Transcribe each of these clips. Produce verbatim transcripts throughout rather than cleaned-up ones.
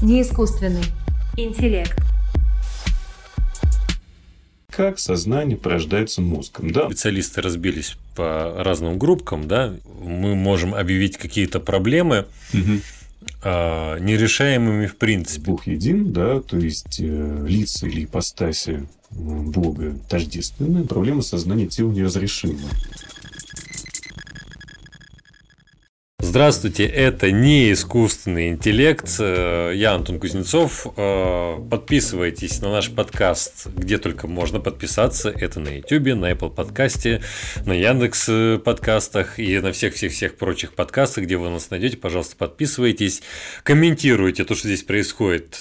Неискусственный интеллект. Как сознание порождается мозгом, да? Специалисты разбились по разным группкам, да. Мы можем объявить какие-то проблемы угу. а, нерешаемыми в принципе. Бог един, да, то есть э, лица или ипостаси Бога тождественны, проблема сознания тела неразрешима. Здравствуйте, это не искусственный интеллект. Я Антон Кузнецов. Подписывайтесь на наш подкаст, где только можно подписаться. Это на YouTube, на Apple подкасте, на Яндекс подкастах и на всех-всех-всех прочих подкастах, где вы нас найдете. Пожалуйста, подписывайтесь, комментируйте то, что здесь происходит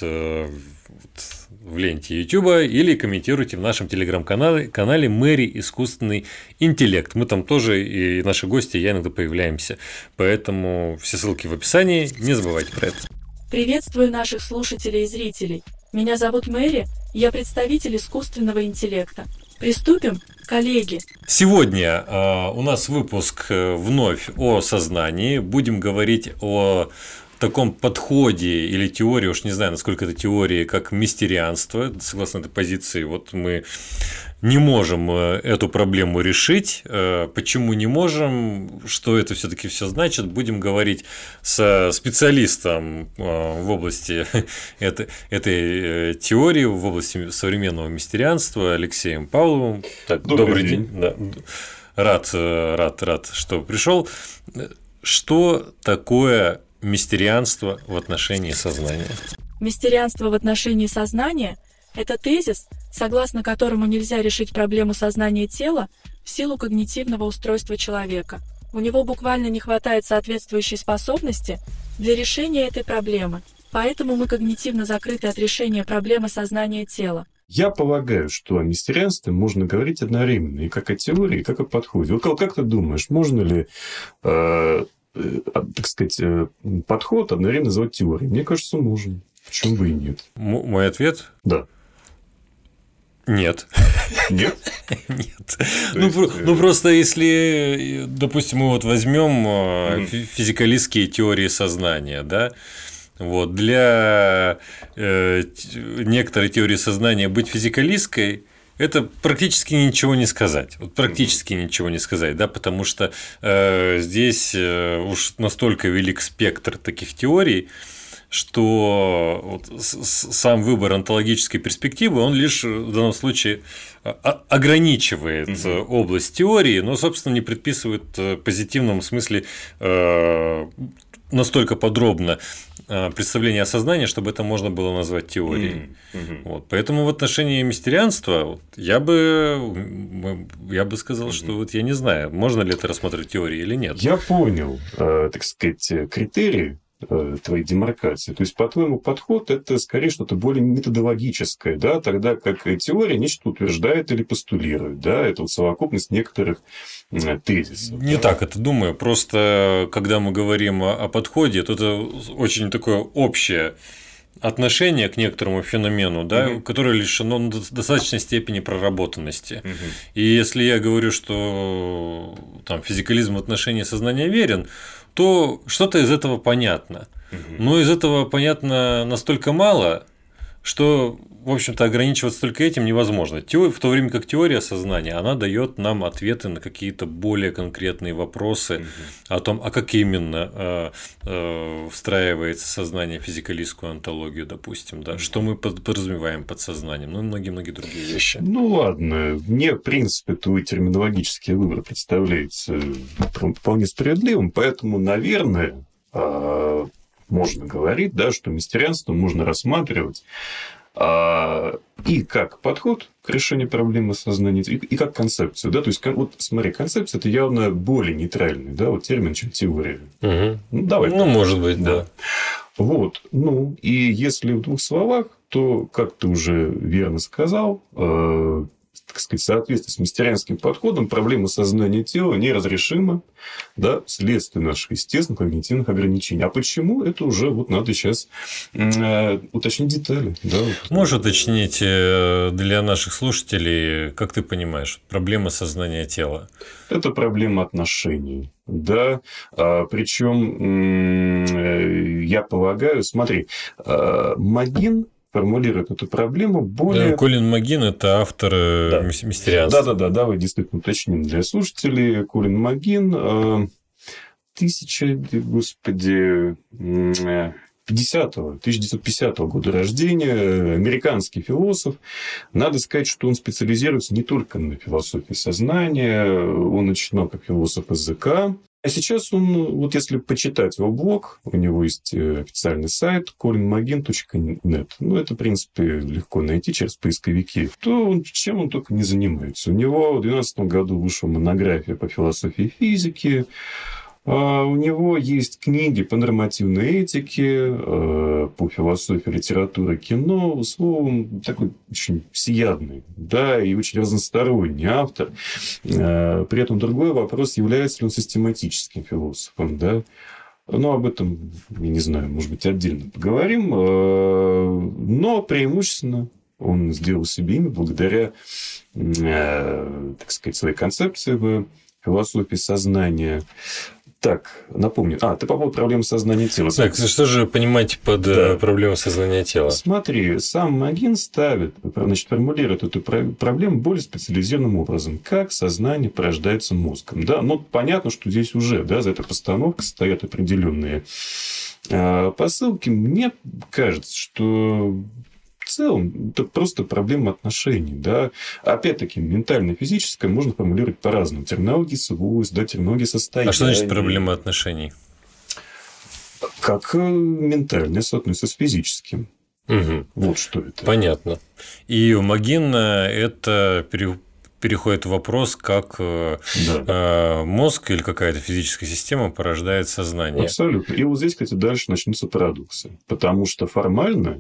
в ленте YouTube, или комментируйте в нашем телеграм-канале канале Мэри Искусственный интеллект. Мы там тоже, и наши гости, я иногда появляемся. Поэтому все ссылки в описании. Не забывайте про это. Приветствую наших слушателей и зрителей. Меня зовут Мэри, я представитель искусственного интеллекта. Приступим, коллеги. Сегодня э, у нас выпуск вновь о сознании. Будем говорить о таком подходе или теории, уж не знаю, насколько это теория, как мистерианство. Согласно этой позиции, вот мы не можем эту проблему решить. Почему не можем? Что это все-таки все значит? Будем говорить со специалистом в области этой, этой теории, в области современного мистерианства Алексеем Павловым. Так, добрый, добрый день. день. Да. Рад, рад, рад, что пришел. Что такое мистерианство в отношении сознания? Мистерианство в отношении сознания – это тезис, согласно которому нельзя решить проблему сознания тела в силу когнитивного устройства человека. У него буквально не хватает соответствующей способности для решения этой проблемы, поэтому мы когнитивно закрыты от решения проблемы сознания тела. Я полагаю, что о мистерианстве можно говорить одновременно и как о теории, и как о подходе. Вот как ты думаешь, можно ли э, так сказать, подход одновременно называть теорией? Мне кажется, можно. Почему бы и нет? М- мой ответ? Да. Нет. Нет? Нет. Ну, есть... ну, просто если, допустим, мы вот возьмем mm. физикалистские теории сознания, да, вот, для э, некоторой теории сознания быть физикалистской – это практически ничего не сказать. Вот практически mm-hmm. ничего не сказать, да, потому что э, здесь э, уж настолько велик спектр таких теорий, что вот сам выбор онтологической перспективы, он лишь в данном случае ограничивает mm-hmm. область теории, но, собственно, не предписывает в позитивном смысле э, настолько подробно представление о сознании, чтобы это можно было назвать теорией. Mm-hmm. Вот. Поэтому в отношении мистерианства вот, я бы я бы сказал, mm-hmm. что вот я не знаю, можно ли это рассматривать теорией или нет. Я понял, э, так сказать, критерии э, твоей демаркации. То есть, по-твоему, подход – это скорее что-то более методологическое, да, тогда как теория нечто утверждает или постулирует, да, это вот совокупность некоторых тезисов. Не да? так это думаю. Просто когда мы говорим о, о подходе, то это очень такое общее отношение к некоторому феномену, да, угу. которое лишено достаточной степени проработанности. Угу. И если я говорю, что там физикализм в отношении сознания верен, то что-то из этого понятно. Угу. Но из этого понятно настолько мало, что, в общем-то, ограничиваться только этим невозможно. В то время как теория сознания, она дает нам ответы на какие-то более конкретные вопросы угу. о том, а как именно э, э, встраивается сознание в физикалистскую онтологию, допустим, да, угу. что мы подразумеваем под сознанием, ну и многие-многие другие вещи. Ну ладно, мне, в принципе, твой терминологический выбор представляется вполне справедливым, поэтому, наверное, э, можно говорить, да, что мистерианство можно рассматривать а, и как подход к решению проблемы сознания, и, и как концепцию. Да? То есть, вот смотри, концепция – это явно более нейтральный, да, вот термин, чем теория. Угу. Ну, давай. Ну, может быть, да. да. Вот. Ну, и если в двух словах, то, как ты уже верно сказал, так сказать, в соответствии с мистерианским подходом проблема сознания тела неразрешима, да, вследствие наших естественных когнитивных ограничений. А почему? Это уже вот надо сейчас э, уточнить детали. Да, вот. Можешь уточнить для наших слушателей, как ты понимаешь, проблема сознания тела? Это проблема отношений. Да, а, причем я полагаю, смотри, Магин формулирует эту проблему более... Да, Колин Магин – это автор да. мистерианства. Да-да-да, давай действительно уточним для слушателей. Колин Магин, тысяча, господи, пятидесятого, тысяча девятьсот пятидесятого года рождения, американский философ. Надо сказать, что он специализируется не только на философии сознания, он начинал как философ языка. А сейчас он, вот если почитать его блог, у него есть официальный сайт колин магин точка нет. Ну, это, в принципе, легко найти через поисковики. То он, чем он только не занимается. У него в две тысячи двенадцатом году вышла монография по философии физики. У него есть книги по нормативной этике, по философии литературы, кино. Словом, такой очень всеядный, да, и очень разносторонний автор. При этом другой вопрос, является ли он систематическим философом, да. Но об этом, я не знаю, может быть, отдельно поговорим. Но преимущественно он сделал себе имя благодаря, так сказать, своей концепции в философии сознания. Так, напомню. А, ты по поводу проблемы сознания тела. Так, что же понимаете под да. проблемой сознания тела? Смотри, сам Магин ставит, значит, формулирует эту проблему более специализированным образом. Как сознание порождается мозгом. Да? Но понятно, что здесь уже да, за этой постановкой стоят определенные посылки. Мне кажется, что... В целом, это просто проблема отношений. Да? Опять-таки, ментально-физическое можно формулировать по-разному. Терминология свойств, да, терминология состояния. А что значит проблема отношений? Как ментальное соотносится с физическим. Угу. Вот что это. Понятно. И у Магина это переходит в вопрос, как да. мозг или какая-то физическая система порождает сознание. Абсолютно. И вот здесь, кстати, дальше начнутся парадоксы. Потому что формально,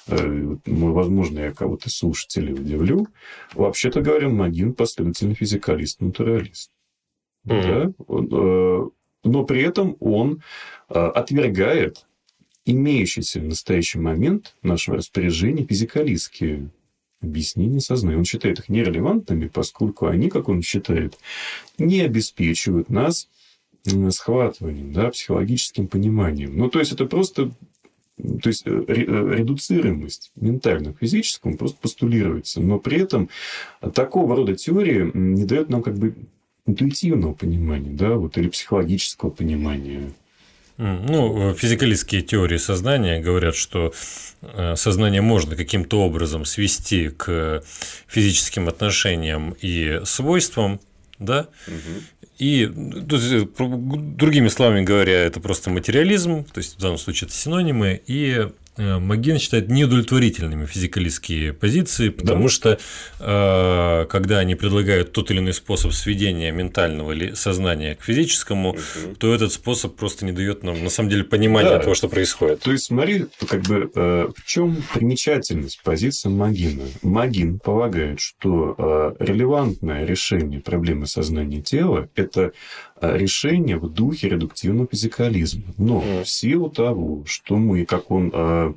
возможно, я кого-то из слушателей удивлю, вообще-то говоря, Магин последовательно физикалист-натуралист. Mm-hmm. Да? Но при этом он отвергает имеющиеся в настоящий момент в нашем распоряжении физикалистские объяснения сознания. Он считает их нерелевантными, поскольку они, как он считает, не обеспечивают нас схватыванием, да, психологическим пониманием. Ну, то есть, это просто... То есть, редуцируемость ментального к физическому просто постулируется. Но при этом такого рода теории не дает нам как бы интуитивного понимания, да, вот, или психологического понимания. Ну, физикалистские теории сознания говорят, что сознание можно каким-то образом свести к физическим отношениям и свойствам, да, угу. И, другими словами говоря, это просто материализм, то есть в данном случае это синонимы, и Магин считает неудовлетворительными физикалистские позиции, потому да. что э, когда они предлагают тот или иной способ сведения ментального или сознания к физическому, угу. то этот способ просто не дает нам на самом деле понимания да. того, что происходит. То есть, смотри, как бы э, в чем примечательность позиции Магина. Магин полагает, что э, релевантное решение проблемы сознания тела – это решение в духе редуктивного физикализма. Но mm. в силу того, что мы, как он...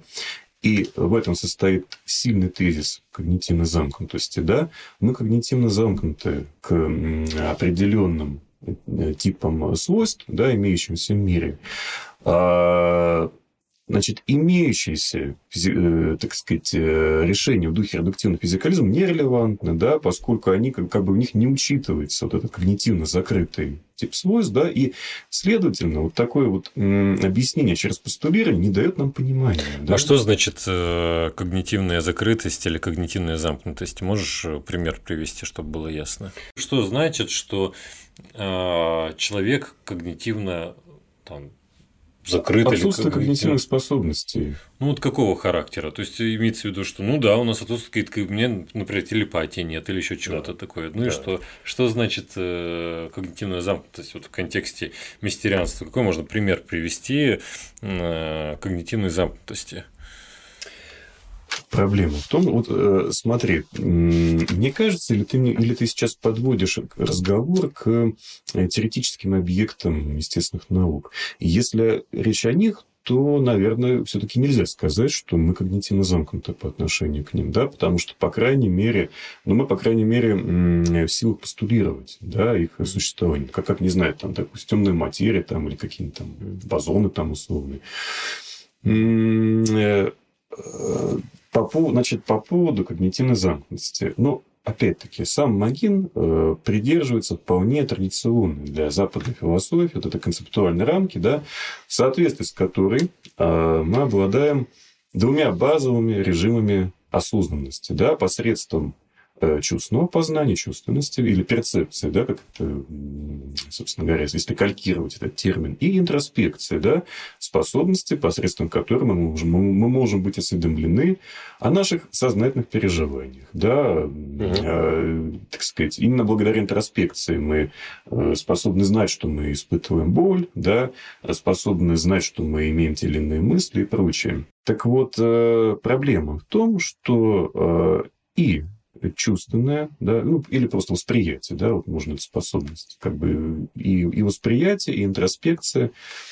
И в этом состоит сильный тезис когнитивной замкнутости, да, мы когнитивно замкнуты к определенным типам свойств, да, имеющимся в мире. Значит, имеющиеся, так сказать, решения в духе редуктивного физикализма нерелевантны, да, поскольку они, как, как бы в них не учитывается вот этот когнитивно закрытый тип свойств, да, и, следовательно, вот такое вот объяснение через постулирование не дает нам понимания. Да? А что значит когнитивная закрытость или когнитивная замкнутость? Можешь пример привести, чтобы было ясно? Что значит, что человек когнитивно там, закрыт? Отсутствие когнитивных способностей. Ну, вот какого характера? То есть, имеется в виду, что, ну да, у нас отсутствует какие-то, у меня, например, телепатии нет или еще чего-то да. такое. Ну да. и что? Что значит э, когнитивная замкнутость вот в контексте мистерианства? Какой можно пример привести э, когнитивной замкнутости? проблема в том, вот смотри, мне кажется, или ты, или ты сейчас подводишь разговор к теоретическим объектам естественных наук. Если речь о них, то, наверное, все-таки нельзя сказать, что мы когнитивно замкнуты по отношению к ним, да, потому что, по крайней мере, ну, мы, по крайней мере, в силах постулировать, да, их существование. Как, как не знаю, там, допустим, темная материя, там, или какие-то там бозоны там условные. По, значит, по поводу когнитивной замкнутости. Ну, опять-таки, сам Магин э, придерживается вполне традиционной для западной философии вот этой концептуальной рамки, да, в соответствии с которой э, мы обладаем двумя базовыми режимами осознанности, да, посредством э, чувственного познания, чувственности или перцепции, да, как это, собственно говоря, если калькировать этот термин, и интроспекции, да, способности, посредством которой мы можем, мы можем быть осведомлены о наших сознательных переживаниях, да, угу. э, так сказать, именно благодаря интроспекции мы способны знать, что мы испытываем боль, да, способны знать, что мы имеем те или иные мысли и прочее. Так вот, э, проблема в том, что э, и чувственное, да, ну, или просто восприятие, да, вот можно эту способность, как бы и, и восприятие, и интроспекция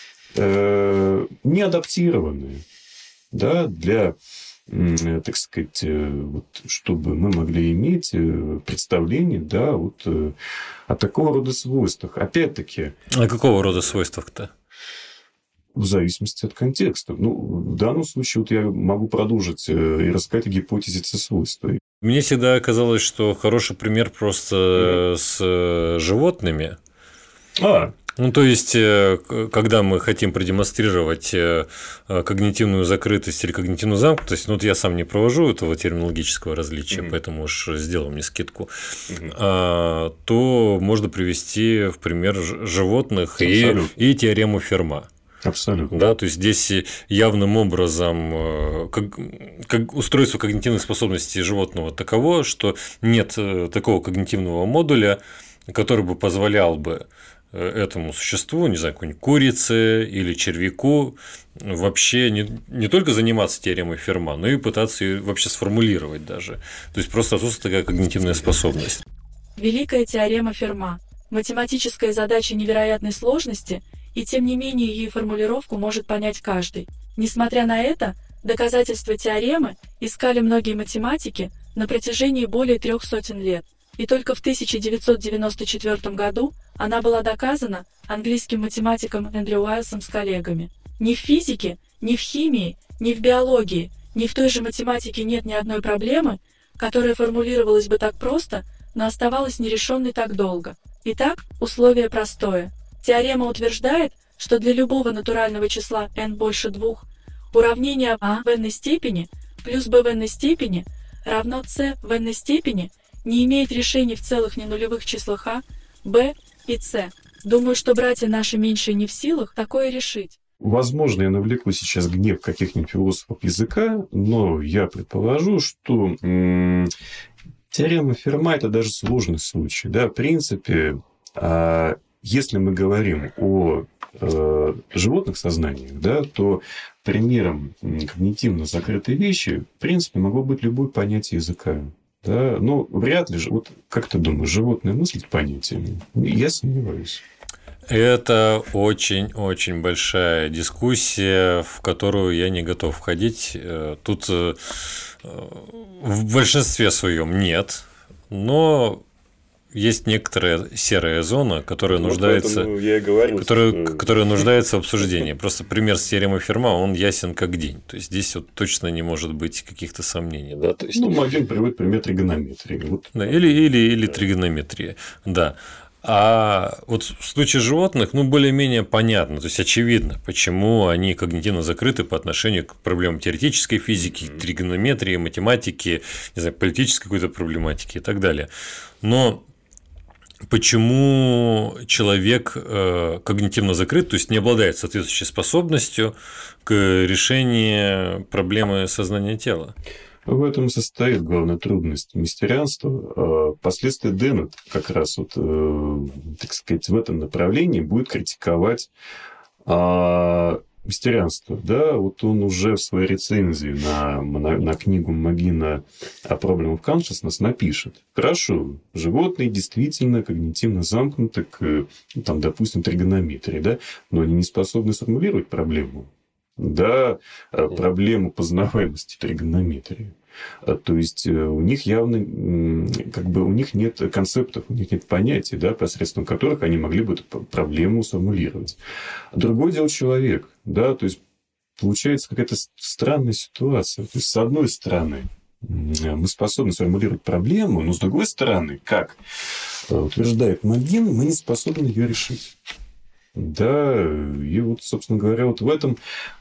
э, не адаптированные, да, для, э, так сказать, э, вот, чтобы мы могли иметь э, представление, да, вот, э, о такого рода свойствах. Опять-таки. А какого рода свойствах-то? В зависимости от контекста. Ну, в данном случае вот я могу продолжить и рассказать о гипотезе свойства. Мне всегда казалось, что хороший пример просто mm. с животными. А. Ну, то есть, когда мы хотим продемонстрировать когнитивную закрытость или когнитивную замкнутость, ну, вот я сам не провожу этого терминологического различия, mm-hmm. поэтому уж сделал мне скидку, mm-hmm. а, то можно привести в пример животных и, и теорему Ферма. Абсолютно. Да, то есть здесь явным образом как, как устройство когнитивных способностей животного таково, что нет такого когнитивного модуля, который бы позволял бы этому существу, не знаю, какой-нибудь курице или червяку вообще не, не только заниматься теоремой Ферма, но и пытаться ее вообще сформулировать даже. То есть просто отсутствует такая когнитивная способность. Великая теорема Ферма. Математическая задача невероятной сложности, и тем не менее ее формулировку может понять каждый. Несмотря на это, доказательства теоремы искали многие математики на протяжении более трех сотен лет, и только в тысяча девятьсот девяносто четвёртом году она была доказана английским математиком Эндрю Уайлсом с коллегами. Ни в физике, ни в химии, ни в биологии, ни в той же математике нет ни одной проблемы, которая формулировалась бы так просто, но оставалась нерешенной так долго. Итак, условие простое. Теорема утверждает, что для любого натурального числа n больше двух уравнение а в n степени плюс b в n степени равно c в n степени не имеет решений в целых не нулевых числах а, b и c. Думаю, что братья наши меньшие не в силах такое решить. Возможно, я навлеку сейчас гнев каких-нибудь философов языка, но я предположу, что м- теорема Ферма – это даже сложный случай. Да? В принципе, а- если мы говорим о э, животных сознаниях, да, то примером когнитивно закрытой вещи, в принципе, могло быть любое понятие языка. Да? Ну, вряд ли же, вот как ты думаешь, животные мыслят понятиями? Я сомневаюсь. Это очень-очень большая дискуссия, в которую я не готов входить. Тут в большинстве своем нет, но есть некоторая серая зона, которая вот нуждается, я и говорю, которая, что... которая нуждается в обсуждении. Просто пример с теоремой Ферма, он ясен как день. То есть здесь вот точно не может быть каких-то сомнений. Да? То есть... Ну, Магин приводит пример тригонометрии. Вот. Да, или, или, или тригонометрия. Да. А вот в случае животных, ну, более-менее понятно, то есть очевидно, почему они когнитивно закрыты по отношению к проблемам теоретической физики, тригонометрии, математики, не знаю, политической какой-то проблематики и так далее. Но почему человек э, когнитивно закрыт, то есть не обладает соответствующей способностью к решению проблемы сознания тела? В этом состоит главная трудность мистерианства. Впоследствии Деннет как раз вот, так сказать, в этом направлении будет критиковать Мистерианство, да, вот он уже в своей рецензии на, на, на книгу Магина о Problem of Consciousness напишет: хорошо, животные действительно когнитивно замкнуты к, там, допустим, тригонометрии, да, но они не способны сформулировать проблему, да, проблему познаваемости тригонометрии. То есть у них явно, как бы, у них нет концептов, у них нет понятий, да, посредством которых они могли бы эту проблему сформулировать. Другое дело человек, да, то есть получается какая-то странная ситуация. То есть, с одной стороны, мы способны сформулировать проблему, но с другой стороны, как утверждает Магин, мы не способны ее решить. Да, и вот, собственно говоря, вот в этом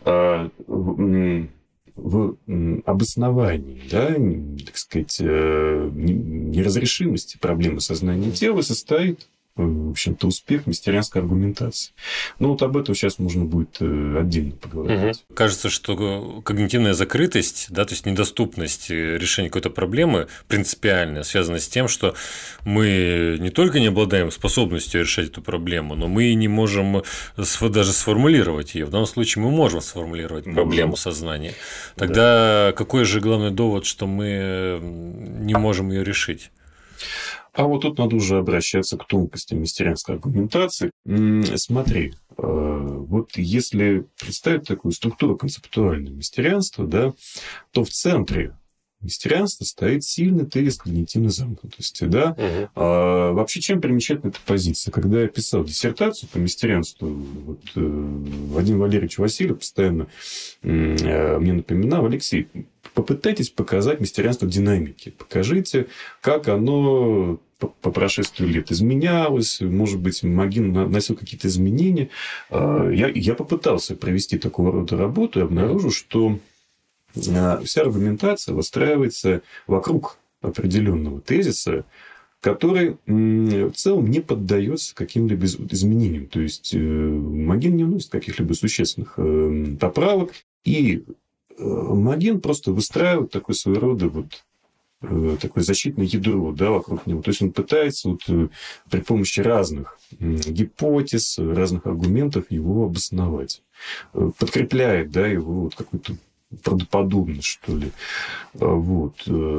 в обосновании, да, так сказать, неразрешимости проблемы сознания тела состоит, в общем-то, успех мистерианской аргументации. Ну, вот об этом сейчас можно будет отдельно поговорить. Угу. Кажется, что когнитивная закрытость, да, то есть недоступность решения какой-то проблемы принципиально связана с тем, что мы не только не обладаем способностью решать эту проблему, но мы и не можем даже сформулировать ее. В данном случае мы можем сформулировать проблему сознания. Тогда да. Какой же главный довод, что мы не можем ее решить? А вот тут надо уже обращаться к тонкостям мистерианской аргументации. Смотри, вот если представить такую структуру концептуального мистерианства, да, то в центре мистерианства стоит сильный тезис когнитивной замкнутости. Да? Угу. А, вообще, чем примечательна эта позиция? Когда я писал диссертацию по мистерианству, вот, Вадим Валерьевич Васильев постоянно мне напоминал: Алексей, попытайтесь показать мистерианство динамики. Покажите, как оно по прошествию лет изменялось. Может быть, Магин носил какие-то изменения. Я, я попытался провести такого рода работу и обнаружил, что вся аргументация выстраивается вокруг определенного тезиса, который в целом не поддается каким-либо изменениям. То есть Магин не вносит каких-либо существенных поправок, и Магин просто выстраивает такой своего рода вот такое защитное ядро, да, вокруг него. То есть он пытается вот при помощи разных гипотез, разных аргументов его обосновать, подкрепляет, да, его вот какой-то правдоподобность, что ли. Вот.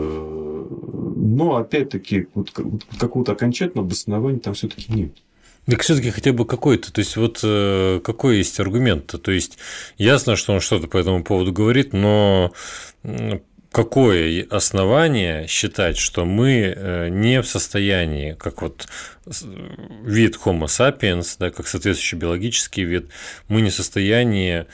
Но, опять-таки, вот какого-то окончательного обоснования там все-таки нет. Так все-таки хотя бы какой-то, то есть вот э, какой есть аргумент-то? То есть ясно, что он что-то по этому поводу говорит, но какое основание считать, что мы не в состоянии, как вот вид Homo sapiens, да, как соответствующий биологический вид, мы не в состоянии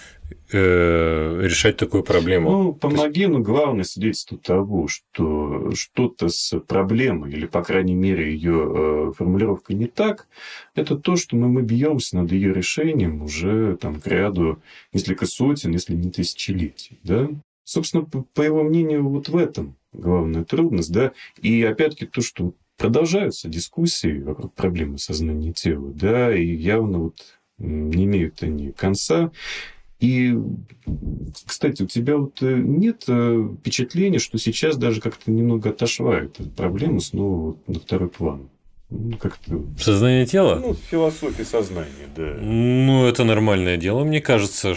э, решать такую проблему? Ну, по Магину главное свидетельство того, что что-то с проблемой, или, по крайней мере, ее формулировка не так, это то, что мы, мы бьемся над ее решением уже там, к ряду несколько сотен, если не тысячелетий. Да? Собственно, по его мнению, вот в этом главная трудность. Да? И опять-таки то, что продолжаются дискуссии вокруг проблемы сознания тела, да, и явно вот не имеют они конца. И, кстати, у тебя вот нет впечатления, что сейчас даже как-то немного отошла эта проблема снова на второй план? Как-то... Сознание тела? Ну, философия сознания, да. Ну, это нормальное дело. Мне кажется,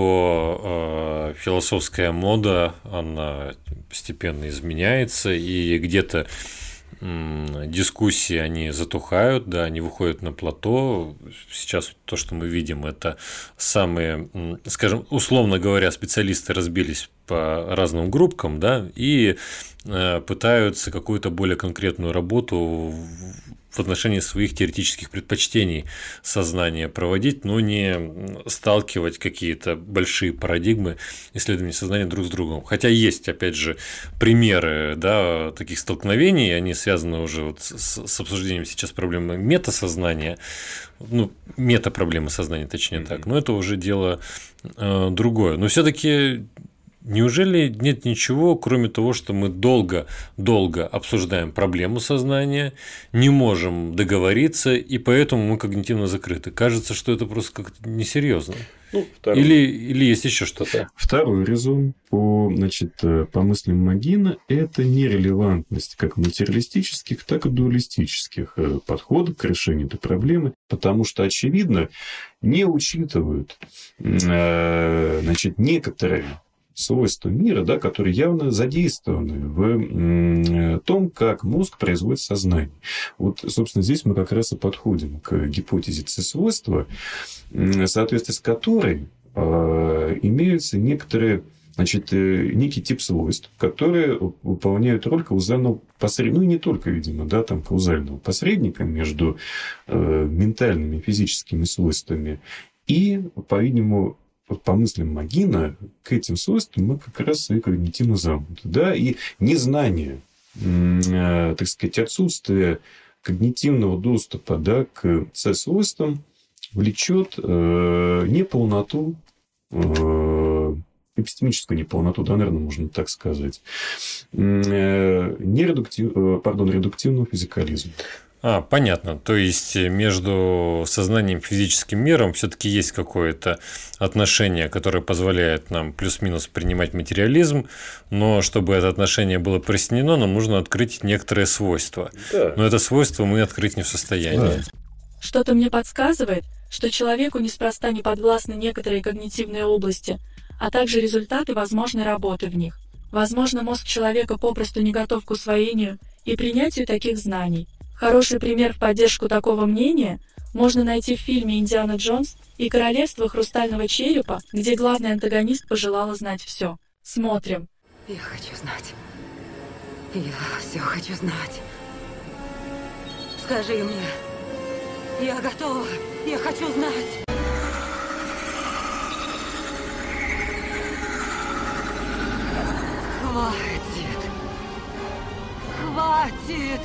что э, философская мода, она постепенно изменяется, и где-то э, дискуссии, они затухают, да, они выходят на плато. Сейчас то, что мы видим, это самые, скажем, условно говоря, специалисты разбились по разным группкам, да, и э, пытаются какую-то более конкретную работу в отношении своих теоретических предпочтений сознания проводить, но не сталкивать какие-то большие парадигмы исследования сознания друг с другом. Хотя есть, опять же, примеры, да, таких столкновений, они связаны уже вот с, с обсуждением сейчас проблемы метасознания, ну, метапроблемы сознания, точнее mm-hmm. так, но это уже дело э, другое. Но все-таки неужели нет ничего, кроме того, что мы долго-долго обсуждаем проблему сознания, не можем договориться, и поэтому мы когнитивно закрыты? Кажется, что это просто как-то несерьезно. Ну, или, или есть еще что-то? Второй резон по, значит, по мыслям Магина – это нерелевантность как материалистических, так и дуалистических подходов к решению этой проблемы, потому что, очевидно, не учитывают значит, некоторые свойства мира, да, которые явно задействованы в том, как мозг производит сознание. Вот, собственно, здесь мы как раз и подходим к гипотезе Ц-свойства, в соответствии с которой э, имеются некоторые, значит, некий тип свойств, которые выполняют роль каузального посредника, ну и не только, видимо, да, там, каузального посредника между э, ментальными и физическими свойствами и, по-видимому, по мыслям Магина, к этим свойствам мы как раз и когнитивно замкнуты. Да? И незнание, э, так сказать, отсутствие когнитивного доступа, да, к С-свойствам влечет э, неполноту, э, эпистемическую неполноту, да, наверное, можно так сказать, э, нередуктив, э, пардон, редуктивного физикализма. А, понятно. То есть между сознанием и физическим миром все-таки есть какое-то отношение, которое позволяет нам плюс-минус принимать материализм, но чтобы это отношение было прояснено, нам нужно открыть некоторые свойства. Да. Но это свойство мы открыть не в состоянии. Да. Что-то мне подсказывает, что человеку неспроста не подвластны некоторые когнитивные области, а также результаты возможной работы в них. Возможно, мозг человека попросту не готов к усвоению и принятию таких знаний. Хороший пример в поддержку такого мнения можно найти в фильме «Индиана Джонс и королевство хрустального черепа», где главный антагонист пожелала знать все. Смотрим. Я хочу знать. Я все хочу знать. Скажи мне. Я готова. Я хочу знать. Хватит. Хватит.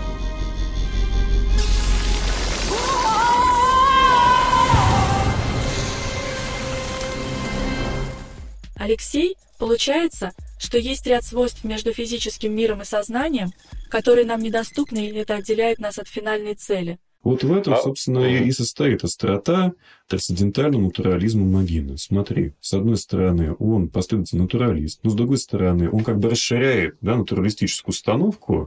Алексей, получается, что есть ряд свойств между физическим миром и сознанием, которые нам недоступны, и это отделяет нас от финальной цели. Вот в этом, собственно, и состоит острота трансцендентального натурализма Магина. Смотри, с одной стороны, он последовательный натуралист, но с другой стороны, он как бы расширяет, да, натуралистическую установку,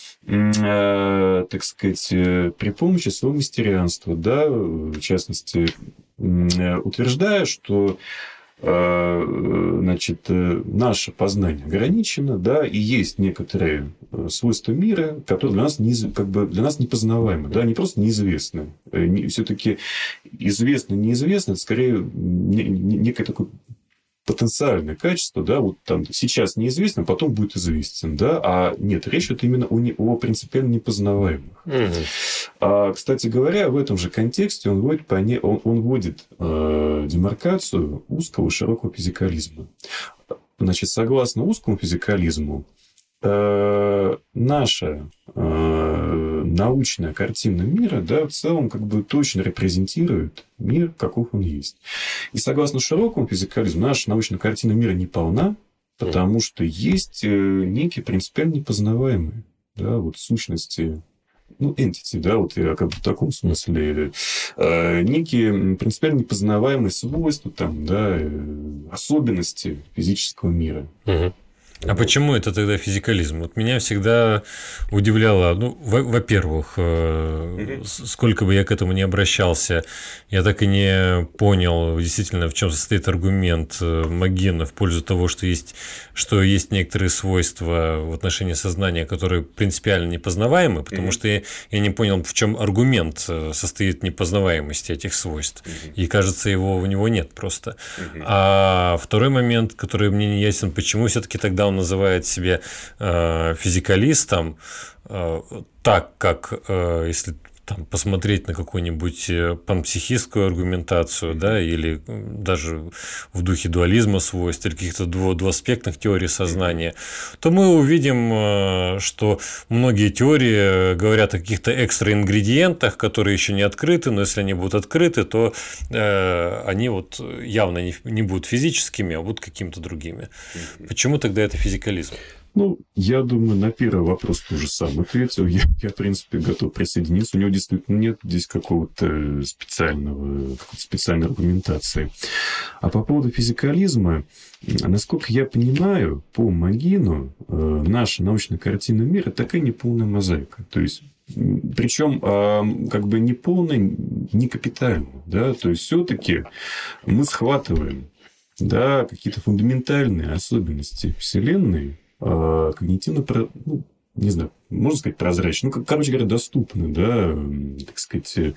э, так сказать, при помощи своего мистерианства, да, в частности, э, утверждая, что значит, наше познание ограничено, да, и есть некоторые свойства мира, которые для нас, не, как бы, для нас непознаваемы, да, не просто неизвестны. Все-таки известно, неизвестно, это скорее некое такое потенциальное качество, да, вот там сейчас неизвестно, потом будет известен, да, а нет, речь идет именно о, не, о принципиально непознаваемых. Угу. А, кстати говоря, в этом же контексте он вводит, он, он вводит э, демаркацию узкого и широкого физикализма. Значит, согласно узкому физикализму, э, наша э, научная картина мира, да, в целом как бы точно репрезентирует мир, каков он есть. И согласно широкому физикализму, наша научная картина мира не полна, потому что есть некие принципиально непознаваемые, да, вот сущности, ну, entity, да, вот я как бы в таком смысле, э, некие принципиально непознаваемые свойства, там, да, особенности физического мира. Угу. А почему это тогда физикализм? Вот меня всегда удивляло, ну, во-первых, угу. сколько бы я к этому не обращался, я так и не понял действительно, в чем состоит аргумент Магина в пользу того, что есть, что есть некоторые свойства в отношении сознания, которые принципиально непознаваемы, потому угу. что я, я не понял, в чем аргумент состоит в непознаваемости этих свойств. Угу. И, кажется, его у него нет просто. Угу. А второй момент, который мне не ясен, почему все-таки тогда он называет себя э, физикалистом, э, так как, э, если там, посмотреть на какую-нибудь панпсихистскую аргументацию, да, или даже в духе дуализма свойств, или каких-то двуаспектных теорий сознания, то мы увидим, что многие теории говорят о каких-то экстра-ингредиентах, которые еще не открыты, но если они будут открыты, то э, они вот явно не, не будут физическими, а будут какими-то другими. Почему тогда это физикализм? Ну, я думаю, на первый вопрос ты уже сам ответил. Я, я, в принципе, готов присоединиться. У него действительно нет здесь какого-то специального, какой-то специальной аргументации. А по поводу физикализма, насколько я понимаю, по Магину э, наша научная картина мира такая неполная мозаика. То есть, причем э, как бы не полная, не капитальная. Да? То есть, все-таки мы схватываем, да, какие-то фундаментальные особенности Вселенной, когнитивно, ну, не знаю, можно сказать, прозрачно, ну, короче говоря, доступны, да, так сказать,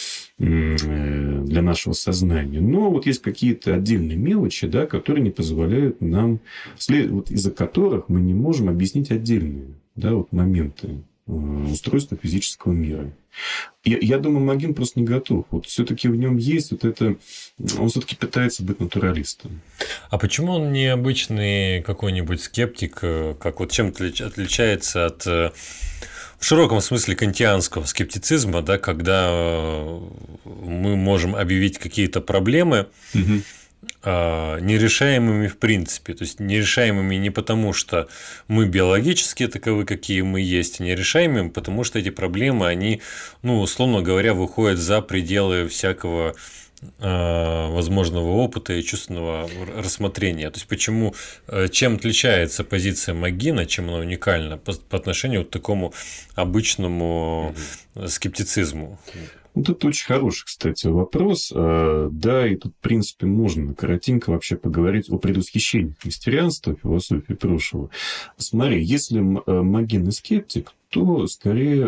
для нашего сознания. Но вот есть какие-то отдельные мелочи, да, которые не позволяют нам, вот из-за которых мы не можем объяснить отдельные, да, вот моменты устройства физического мира. Я, я думаю, Магин просто не готов. Вот все-таки в нем есть вот это... Он все-таки пытается быть натуралистом. А почему он не обычный какой-нибудь скептик, как вот чем отличается от в широком смысле кантианского скептицизма, да, когда мы можем объявить какие-то проблемы, угу. нерешаемыми в принципе, то есть нерешаемыми не потому, что мы биологически таковы, какие мы есть, а нерешаемыми, потому что эти проблемы, они, ну, условно говоря, выходят за пределы всякого э, возможного опыта и чувственного рассмотрения. То есть, почему, чем отличается позиция Магина, чем она уникальна по, по отношению к такому обычному скептицизму? Вот это очень хороший, кстати, вопрос. Да, и тут, в принципе, можно коротенько вообще поговорить о предвосхищениях мистерианства, философии прошлого. Смотри, если Магин и скептик, то скорее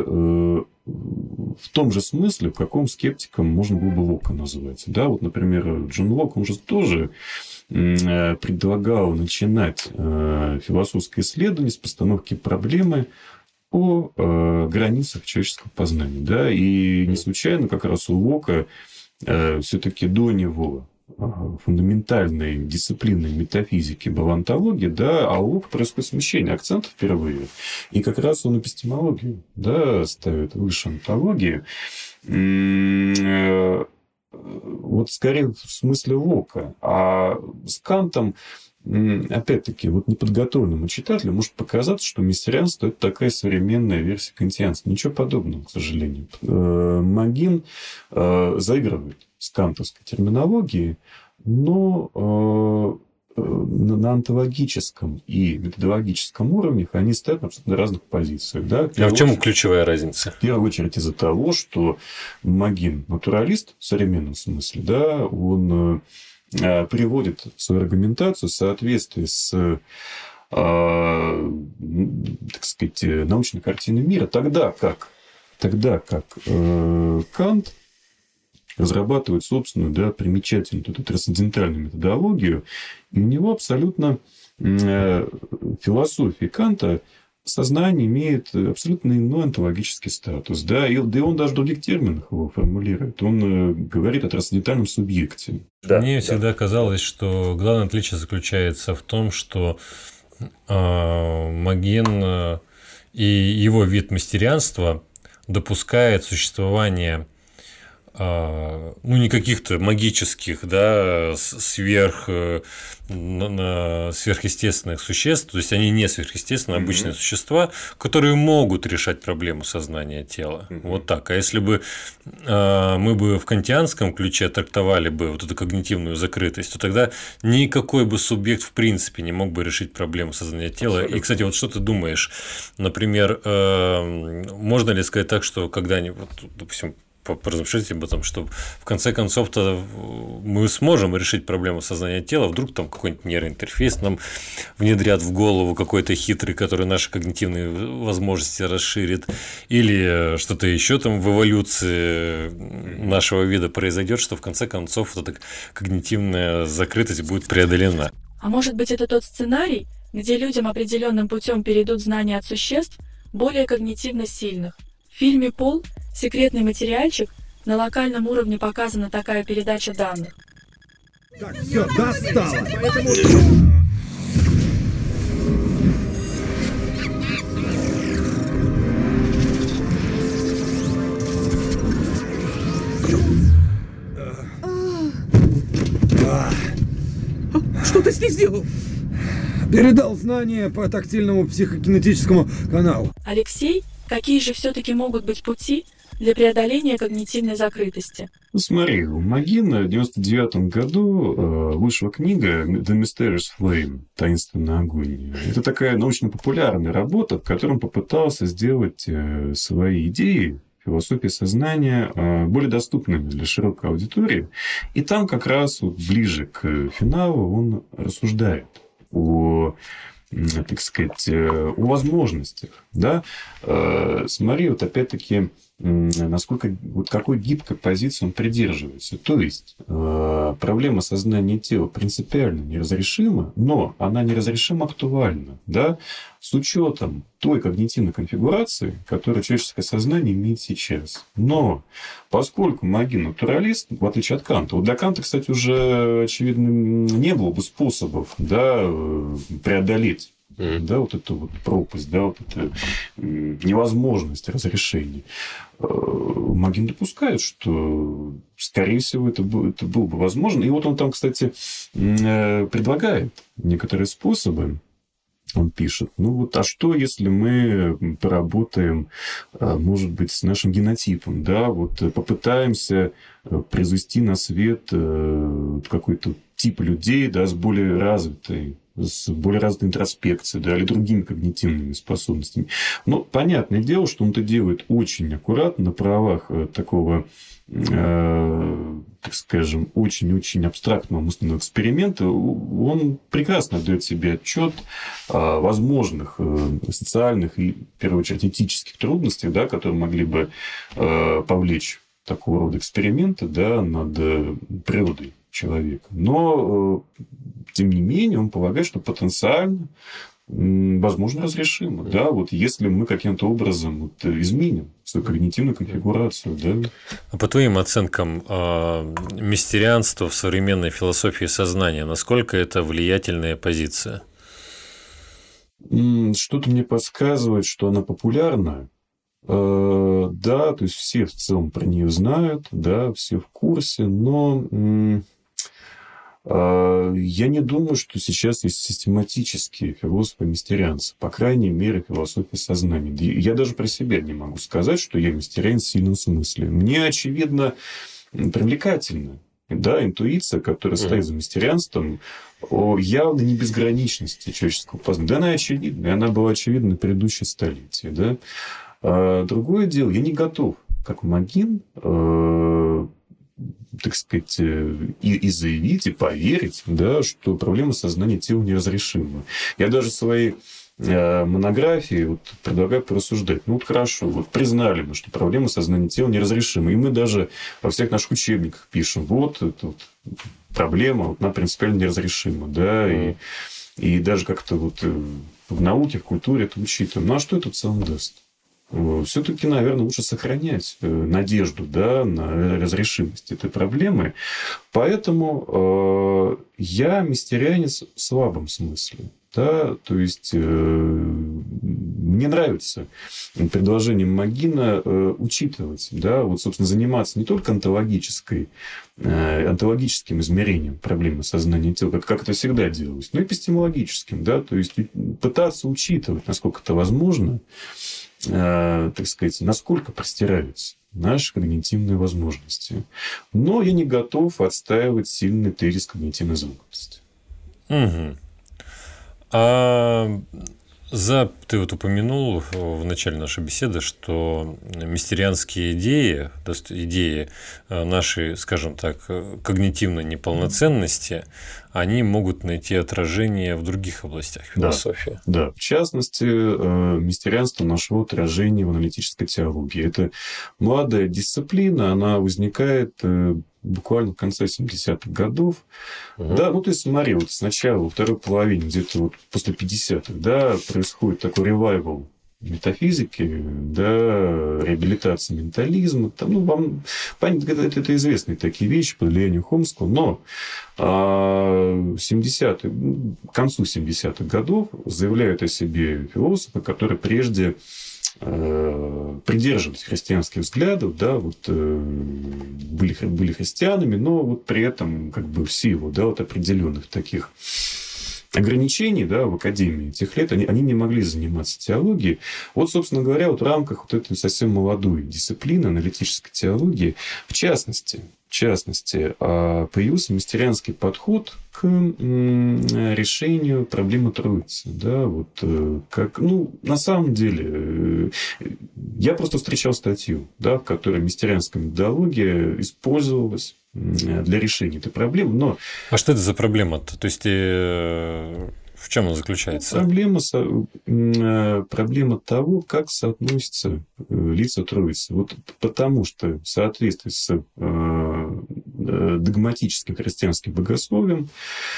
в том же смысле, в каком скептиком можно было бы Лока назвать. Да, вот, например, Джон Лок, он же тоже предлагал начинать философское исследование с постановки проблемы о э, границах человеческого познания. Да? И не случайно как раз у Лока э, все-таки до него э, фундаментальной дисциплины метафизики была онтология, да, а у Лока происходит смещение акцентов впервые. И как раз он эпистемологию, да, ставит выше онтологии. Э, вот скорее в смысле Лока. А с Кантом, опять-таки, вот неподготовленному читателю может показаться, что мистерианство – это такая современная версия кантианства. Ничего подобного, к сожалению. Магин заигрывает с кантовской терминологией, но на онтологическом и методологическом уровнях они стоят на абсолютно разных позициях. Да? А в чем очередь, ключевая разница? В первую очередь из-за того, что Магин натуралист в современном смысле, да, он приводит свою аргументацию в соответствии с, э, так сказать, научной картиной мира, тогда как, тогда как э, Кант разрабатывает собственную, да, примечательную эту трансцендентальную методологию, и у него абсолютно э, философия Канта сознание имеет абсолютно иной онтологический статус. Да? И, да и он даже в других терминах его формулирует. Он э, говорит о трансцендентальном субъекте. Да, Мне да. всегда казалось, что главное отличие заключается в том, что э, Магин э, и его вид мистерианства допускает существование ну, не каких-то магических, да, сверх, сверхъестественных существ, то есть они не сверхъестественные, обычные mm-hmm. существа, которые могут решать проблему сознания тела. Mm-hmm. Вот так. А если бы мы бы в кантианском ключе трактовали бы вот эту когнитивную закрытость, то тогда никакой бы субъект в принципе не мог бы решить проблему сознания тела. Абсолютно. И, кстати, вот что ты думаешь, например, можно ли сказать так, что когда-нибудь, допустим, поразмышлять об этом, что в конце концов-то мы сможем решить проблему сознания тела, вдруг там какой-нибудь нейроинтерфейс нам внедрят в голову какой-то хитрый, который наши когнитивные возможности расширит, или что-то еще там в эволюции нашего вида произойдет, что в конце концов вот эта когнитивная закрытость будет преодолена. А может быть, это тот сценарий, где людям определенным путем перейдут знания от существ более когнитивно сильных? В фильме «Пол» секретный материальчик на локальном уровне показана такая передача данных. Так, все, достало! Поэтому... Что ты с ней сделал? Передал знания по тактильному психокинетическому каналу. Алексей, какие же все-таки могут быть пути для преодоления когнитивной закрытости? Ну, смотри, у Магина в девяносто девятом году э, вышла книга «The Mysterious Flame» «Таинственный огонь». Это такая научно-популярная работа, в которой он попытался сделать э, свои идеи, философии сознания э, более доступными для широкой аудитории. И там как раз вот ближе к финалу он рассуждает о, так сказать, о возможностях. Да? Э, смотри, вот опять-таки, насколько, вот какой гибкой позиции он придерживается. То есть, э, проблема сознания тела принципиально неразрешима, но она неразрешимо актуальна, да, с учетом той когнитивной конфигурации, которую человеческое сознание имеет сейчас. Но поскольку Магин натуралист, в отличие от Канта, вот для Канта, кстати, уже, очевидно, не было бы способов, да, преодолеть да, вот эту вот пропасть, да, вот эту невозможность разрешения. Магин допускает, что, скорее всего, это, было, это было бы возможно. И вот он там, кстати, предлагает некоторые способы. Он пишет, ну вот, а что, если мы поработаем, может быть, с нашим генотипом, да, вот попытаемся произвести на свет какой-то тип людей, да, с более развитой с более развитой интроспекцией, да, или другими когнитивными способностями. Но понятное дело, что он это делает очень аккуратно, на правах такого, э, так скажем, очень-очень абстрактного мысленного эксперимента. Он прекрасно отдает себе отчет о возможных социальных и, в первую очередь, этических трудностях, да, которые могли бы э, повлечь такого рода эксперименты, да, над природой человека. Но, тем не менее, он полагает, что потенциально возможно разрешимо. Да? Вот если мы каким-то образом вот изменим свою когнитивную конфигурацию. Да? А по твоим оценкам, мистерианство в современной философии сознания, насколько это влиятельная позиция? Что-то мне подсказывает, что она популярна. Да, то есть все в целом про нее знают, да, все в курсе, но я не думаю, что сейчас есть систематические философы-мистерианцы, по крайней мере, философия сознания. Я даже про себя не могу сказать, что я мистерианец в сильном смысле. Мне, очевидно, привлекательна, да, интуиция, которая стоит за мистерианством, о явной не безграничности человеческого познания. Да, она очевидна, и она была очевидна на предыдущее столетие, да. А другое дело, я не готов, как Магин, э, так сказать, и, и заявить, и поверить, да, что проблема сознания тела неразрешима. Я даже в своей э, монографии вот, предлагаю порассуждать. Ну, вот хорошо, вот признали мы, что проблема сознания тела неразрешима. И мы даже во всех наших учебниках пишем, вот, это вот проблема, вот, она принципиально неразрешима. Да, и, и даже как-то вот в науке, в культуре это учитываем. Ну, а что это в целом даст? Все-таки, наверное, лучше сохранять надежду, да, на разрешимость этой проблемы. Поэтому э, я мистерианец в слабом смысле. Да? То есть, э, мне нравится предложение Магина э, учитывать, да, вот, собственно, заниматься не только онтологической, э, онтологическим измерением проблемы сознания тела, как, как это всегда делалось, но и эпистемологическим. Да? То есть, пытаться учитывать, насколько это возможно, так сказать, насколько простираются наши когнитивные возможности. Но я не готов отстаивать сильный тезис когнитивной замкнутости. Угу. А за ты вот упомянул в начале нашей беседы, что мистерианские идеи, то есть идеи нашей, скажем так, когнитивной неполноценности, они могут найти отражение в других областях философии. Да, да. В частности, мистерианство нашло отражение в аналитической теологии. Это молодая дисциплина, она возникает буквально в конце семидесятых годов. Угу. Да, ну, то есть, смотри, вот сначала, во второй половине, где-то вот после пятидесятых, да, происходит такой ревайвал метафизики, да, реабилитация ментализма. Там, ну, вам понятно, это, это известные такие вещи под влиянием Хомского, но а, семидесятые, к концу семидесятых годов заявляют о себе философы, которые прежде придерживались христианских взглядов, да, вот, были, были христианами, но вот при этом как бы в силу, да, вот определенных таких ограничений, да, в академии тех лет, они, они не могли заниматься теологией. Вот, собственно говоря, вот в рамках вот этой совсем молодой дисциплины аналитической теологии, в частности, в частности, появился мистерианский подход к решению проблемы Троицы. Да, вот как, ну, на самом деле, я просто встречал статью, да, в которой мистерианская методология использовалась для решения этой проблемы, но... А что это за проблема-то? То есть, э, в чем она заключается? Проблема, проблема того, как соотносятся лица Троицы. Вот потому что в соответствии с догматическим христианским богословием,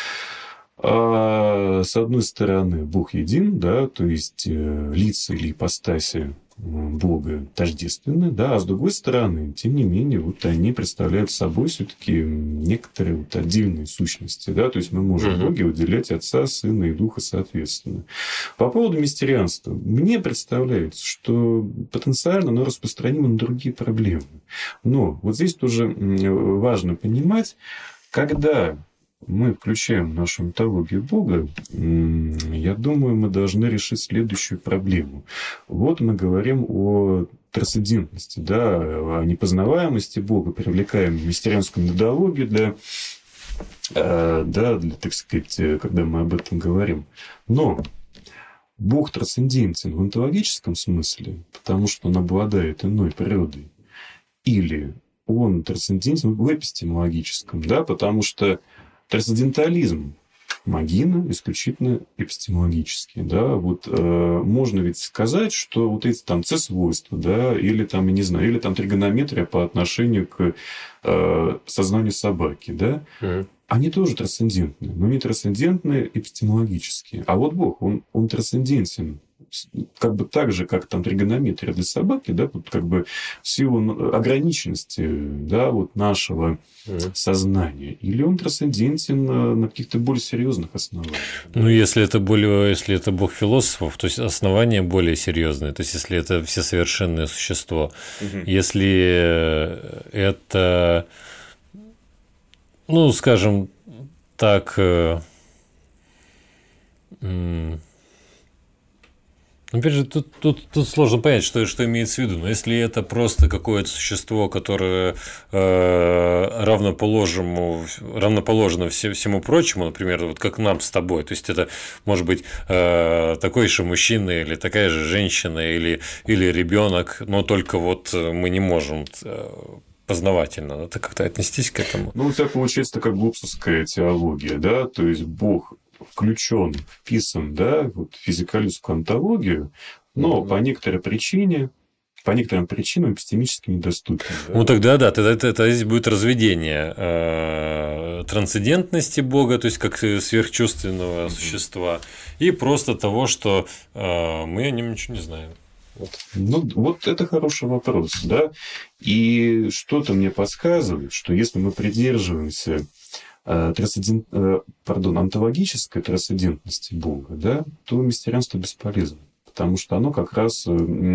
с одной стороны, Бог един, да, то есть лица или ипостаси Бога тождественны, да, а с другой стороны, тем не менее, вот они представляют собой все-таки некоторые вот отдельные сущности, да, то есть мы можем в Боге выделять Отца, Сына и Духа соответственно. По поводу мистерианства, мне представляется, что потенциально оно распространимо на другие проблемы. Но вот здесь тоже важно понимать, когда мы включаем нашу митологию Бога, я думаю, мы должны решить следующую проблему. Вот мы говорим о трансцендентности, да, о непознаваемости Бога, привлекаем мистерианскую методологию для, да, для, так сказать, когда мы об этом говорим. Но Бог трансцендентен в онтологическом смысле, потому что он обладает иной природой, или он трансцендентен в эпистемологическом, да, потому что трансцендентализм Магина исключительно эпистемологический. Да? Вот, э, можно ведь сказать, что вот эти там С-свойства, да, или там, я не знаю, или там тригонометрия по отношению к э, сознанию собаки, да, mm. они тоже трансцендентны, но не трансцендентны эпистемологически. А вот Бог, он, он трансцендентен. Как бы так же, как там тригонометрия для собаки, да, вот как бы в силу ограниченности, да, вот нашего mm. сознания, или он трансцендентен на каких-то более серьезных основаниях. Ну, да? если это более, если это Бог философов, то есть основания более серьезные, то есть если это всесовершенное существо, mm-hmm. если это, ну, скажем так, опять же, тут, тут, тут сложно понять, что, что имеется в виду. Но если это просто какое-то существо, которое э, равноположимо, равноположено все, всему прочему, например, вот как нам с тобой, то есть это может быть э, такой же мужчина или такая же женщина или, или ребенок, но только вот мы не можем э, познавательно, надо как-то отнестись к этому. Ну, у тебя получается такая глупсовская теология, да, то есть Бог включен, вписан, да, вот, в физикалистскую онтологию, но mm-hmm. по некоторой причине, по некоторым причинам эпистемически недоступен. Да? Ну, тогда да, тогда это, это здесь будет разведение э, трансцендентности Бога, то есть как сверхчувственного mm-hmm. существа, и просто того, что э, мы о нем ничего не знаем. Вот. Ну, вот это хороший вопрос, да, и что-то мне подсказывает, что если мы придерживаемся трансцендент, пардон, онтологической трансцендентности Бога, да, то мистерианство бесполезно. Потому что оно как раз все,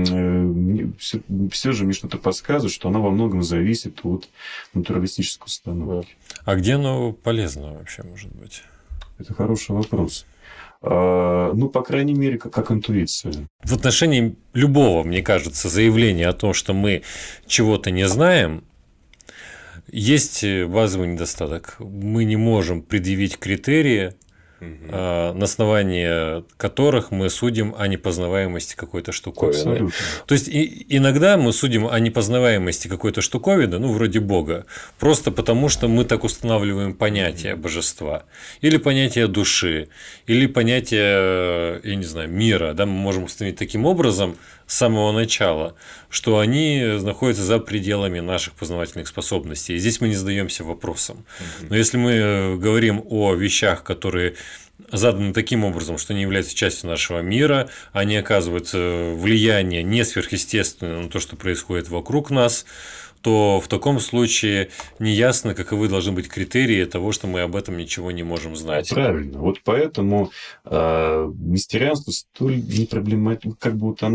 все же мне что-то подсказывает, что оно во многом зависит от натуралистической установки. А где оно полезно вообще может быть? Это хороший вопрос. Ну, по крайней мере, как, как интуиция. В отношении любого, мне кажется, заявления о том, что мы чего-то не знаем, есть базовый недостаток. Мы не можем предъявить критерии, угу. на основании которых мы судим о непознаваемости какой-то штуковины. Абсолютно. То есть и, иногда мы судим о непознаваемости какой-то штуковины, ну, вроде Бога, просто потому, что мы так устанавливаем понятие божества, или понятие души, или понятие, я не знаю, мира. Да? Мы можем установить таким образом с самого начала, что они находятся за пределами наших познавательных способностей. И здесь мы не задаемся вопросом. Но если мы говорим о вещах, которые заданы таким образом, что они являются частью нашего мира, они оказывают влияние не сверхъестественное на то, что происходит вокруг нас, то в таком случае неясно, каковы должны быть критерии того, что мы об этом ничего не можем знать. Правильно. Вот поэтому э, мистерианство столь непроблематично, как бы вот оно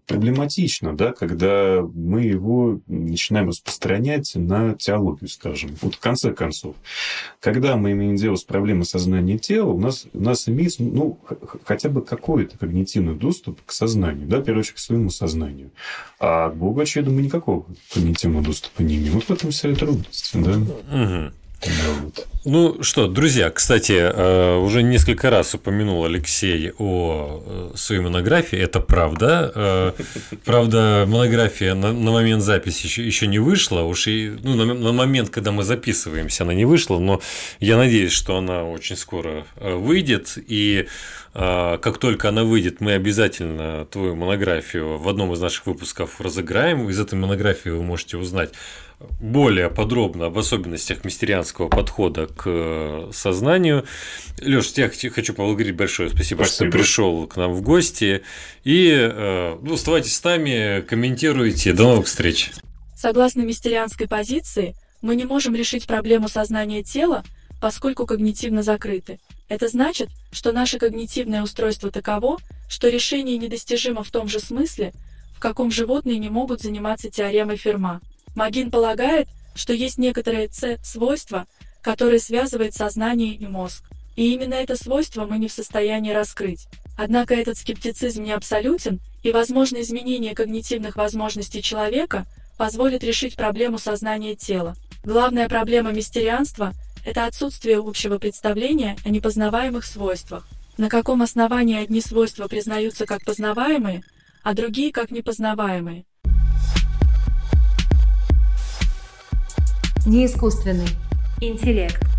проблематично, да, когда мы его начинаем распространять на теологию, скажем. Вот в конце концов, когда мы имеем дело с проблемой сознания тела, у нас, у нас имеется ну, хотя бы какой-то когнитивный доступ к сознанию, да, в первую очередь, к своему сознанию. А к Богу, я думаю, никакого когнитивного доступа не имеем. Вот в этом вся и трудность, да. Угу. Ну что, друзья, кстати, уже несколько раз упомянул Алексей о своей монографии. Это правда. Правда, монография на, на момент записи еще, еще не вышла. Уж и, ну, на, на момент, когда мы записываемся, она не вышла. Но я надеюсь, что она очень скоро выйдет. И как только она выйдет, мы обязательно твою монографию в одном из наших выпусков разыграем. Из этой монографии вы можете узнать более подробно об особенностях мистерианского подхода к сознанию. Лёш, тебя хочу поблагодарить большое. Спасибо, Спасибо, что ты пришел к нам в гости. И ну, оставайтесь с нами, комментируйте. До новых встреч. Согласно мистерианской позиции, мы не можем решить проблему сознания тела, поскольку когнитивно закрыты. Это значит, что наше когнитивное устройство таково, что решение недостижимо в том же смысле, в каком животные не могут заниматься теоремой Ферма. Магин полагает, что есть некоторое С-свойство, которое связывает сознание и мозг. И именно это свойство мы не в состоянии раскрыть. Однако этот скептицизм не абсолютен, и, возможно, изменение когнитивных возможностей человека позволит решить проблему сознания тела. Главная проблема мистерианства – это отсутствие общего представления о непознаваемых свойствах. На каком основании одни свойства признаются как познаваемые, а другие как непознаваемые? Неискусственный интеллект.